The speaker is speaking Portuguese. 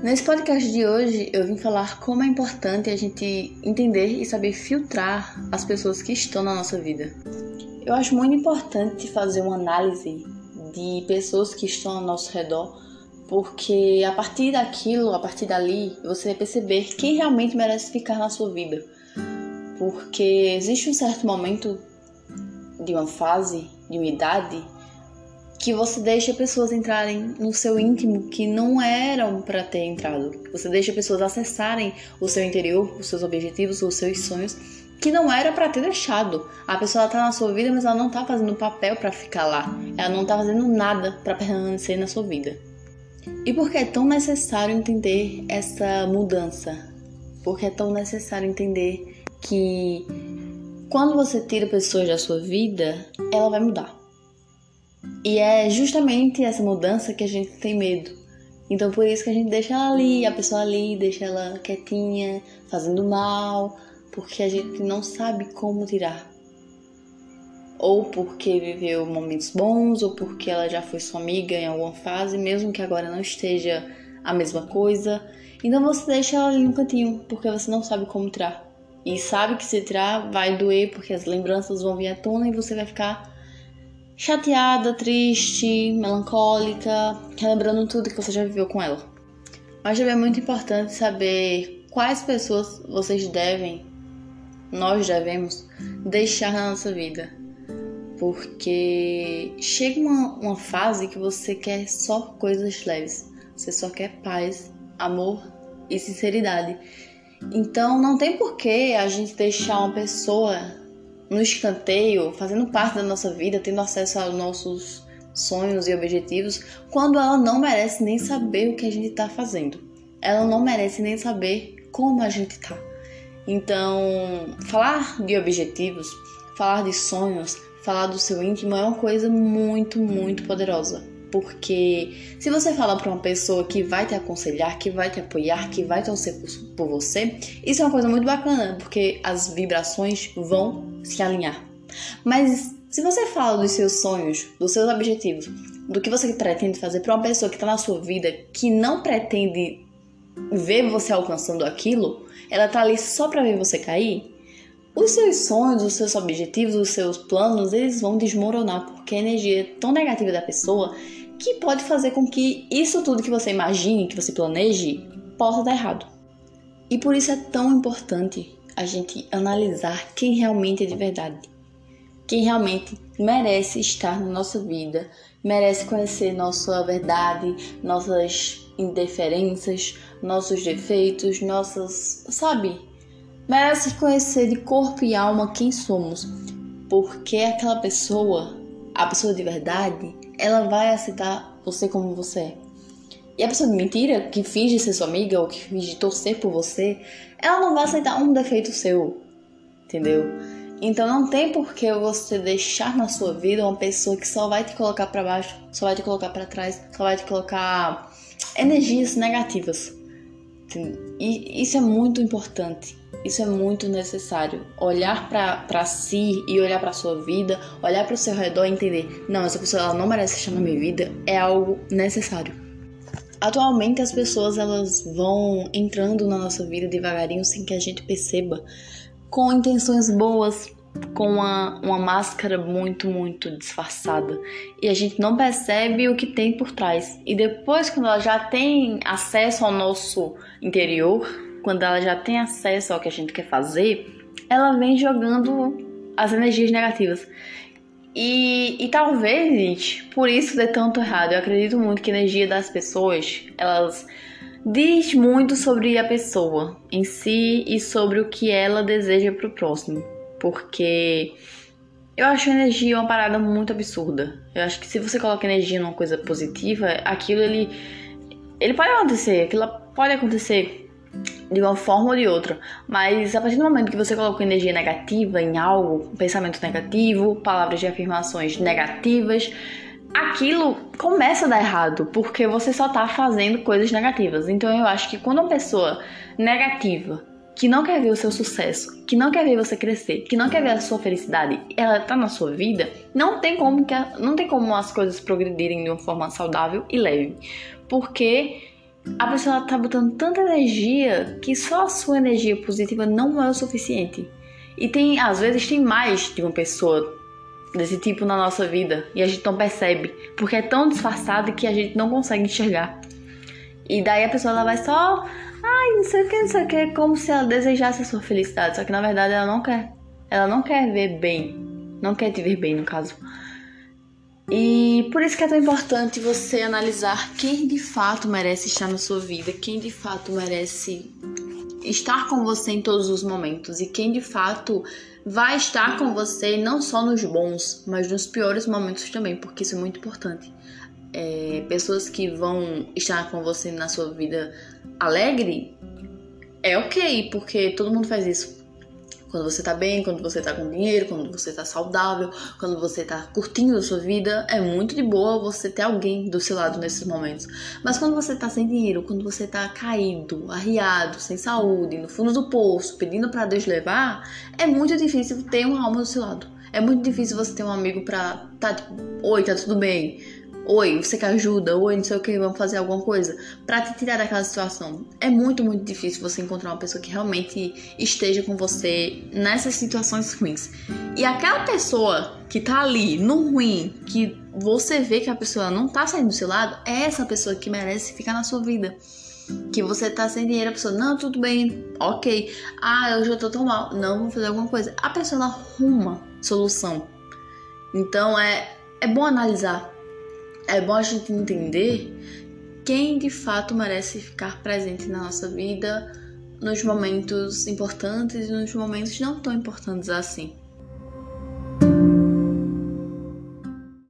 Nesse podcast de hoje, eu vim falar como é importante a gente entender e saber filtrar as pessoas que estão na nossa vida. Eu acho muito importante fazer uma análise de pessoas que estão ao nosso redor, porque a partir dali, você vai perceber quem realmente merece ficar na sua vida. Porque existe um certo momento de uma fase, de uma idade, que você deixa pessoas entrarem no seu íntimo que não eram para ter entrado. Você deixa pessoas acessarem o seu interior, os seus objetivos, os seus sonhos, que não era para ter deixado. A pessoa tá na sua vida, mas ela não tá fazendo papel para ficar lá. Ela não tá fazendo nada para permanecer na sua vida. E por que é tão necessário entender essa mudança? Porque é tão necessário entender que quando você tira pessoas da sua vida, ela vai mudar. E é justamente essa mudança que a gente tem medo. Então por isso que a gente deixa ela ali, a pessoa ali, deixa ela quietinha, fazendo mal, porque a gente não sabe como tirar. Ou porque viveu momentos bons, ou porque ela já foi sua amiga em alguma fase, mesmo que agora não esteja a mesma coisa. Então você deixa ela ali no cantinho, porque você não sabe como tirar. E sabe que se tirar vai doer, porque as lembranças vão vir à tona e você vai ficar chateada, triste, melancólica, relembrando tudo que você já viveu com ela. Mas também é muito importante saber quais pessoas nós devemos deixar na nossa vida. Porque chega uma fase que você quer só coisas leves. Você só quer paz, amor e sinceridade. Então não tem porquê a gente deixar uma pessoa no escanteio, fazendo parte da nossa vida, tendo acesso aos nossos sonhos e objetivos, quando ela não merece nem saber o que a gente está fazendo. Ela não merece nem saber como a gente está. Então, falar de objetivos, falar de sonhos, falar do seu íntimo é uma coisa muito, muito poderosa. Porque se você falar para uma pessoa que vai te aconselhar, que vai te apoiar, que vai torcer por você, isso é uma coisa muito bacana, porque as vibrações vão se alinhar. Mas se você fala dos seus sonhos, dos seus objetivos, do que você pretende fazer para uma pessoa que está na sua vida, que não pretende ver você alcançando aquilo, ela tá ali só para ver você cair, os seus sonhos, os seus objetivos, os seus planos, eles vão desmoronar, porque a energia é tão negativa da pessoa que pode fazer com que isso tudo que você imagine, que você planeje, possa dar errado. E por isso é tão importante a gente analisar quem realmente é de verdade. Quem realmente merece estar na nossa vida, merece conhecer nossa verdade, nossas indiferenças, nossos defeitos, merece conhecer de corpo e alma quem somos. Porque aquela pessoa, a pessoa de verdade, ela vai aceitar você como você é. E a pessoa de mentira, que finge ser sua amiga ou que finge torcer por você, ela não vai aceitar um defeito seu, entendeu? Então não tem por que você deixar na sua vida uma pessoa que só vai te colocar pra baixo, só vai te colocar pra trás, só vai te colocar energias negativas. E isso é muito importante. Isso é muito necessário. Olhar pra si e olhar pra sua vida, olhar pro seu redor e entender: não, essa pessoa ela não merece estar na minha vida, é algo necessário. Atualmente as pessoas elas vão entrando na nossa vida devagarinho sem que a gente perceba, com intenções boas, com uma máscara muito, muito disfarçada. E a gente não percebe o que tem por trás. E depois, quando ela já tem acesso ao nosso interior, quando ela já tem acesso ao que a gente quer fazer, ela vem jogando as energias negativas. E talvez, gente, por isso dê tanto errado. Eu acredito muito que a energia das pessoas, elas diz muito sobre a pessoa em si e sobre o que ela deseja pro próximo. Porque eu acho a energia uma parada muito absurda. Eu acho que se você coloca energia numa coisa positiva, aquilo ele pode acontecer, aquilo pode acontecer de uma forma ou de outra, mas a partir do momento que você coloca energia negativa em algo, um pensamento negativo, palavras de afirmações negativas, aquilo começa a dar errado, porque você só tá fazendo coisas negativas. Então eu acho que quando uma pessoa negativa, que não quer ver o seu sucesso, que não quer ver você crescer, que não quer ver a sua felicidade, ela tá na sua vida, não tem como as coisas progredirem de uma forma saudável e leve, porque a pessoa tá botando tanta energia que só a sua energia positiva não é o suficiente. E às vezes tem mais de uma pessoa desse tipo na nossa vida e a gente não percebe, porque é tão disfarçado que a gente não consegue enxergar. E daí a pessoa ela vai só, não sei o que, como se ela desejasse a sua felicidade, só que na verdade ela não quer. Ela não quer ver bem, não quer te ver bem no caso. E por isso que é tão importante você analisar quem de fato merece estar na sua vida, quem de fato merece estar com você em todos os momentos e quem de fato vai estar com você não só nos bons, mas nos piores momentos também, porque isso é muito importante. Pessoas que vão estar com você na sua vida alegre é ok, porque todo mundo faz isso. Quando você tá bem, quando você tá com dinheiro, quando você tá saudável, quando você tá curtindo a sua vida, é muito de boa você ter alguém do seu lado nesses momentos. Mas quando você tá sem dinheiro, quando você tá caído, arriado, sem saúde, no fundo do poço, pedindo pra Deus levar, é muito difícil ter uma alma do seu lado. É muito difícil você ter um amigo pra oi, tá tudo bem? Oi, você quer ajuda? Oi, não sei o que, vamos fazer alguma coisa pra te tirar daquela situação. É muito, muito difícil você encontrar uma pessoa que realmente esteja com você nessas situações ruins. E aquela pessoa que tá ali no ruim, que você vê que a pessoa não tá saindo do seu lado, é essa pessoa que merece ficar na sua vida. Que você tá sem dinheiro, a pessoa, não, tudo bem, ok. Eu já tô tão mal, não, vou fazer alguma coisa. A pessoa ela arruma solução. Então é bom analisar. É bom a gente entender quem de fato merece ficar presente na nossa vida nos momentos importantes e nos momentos não tão importantes assim.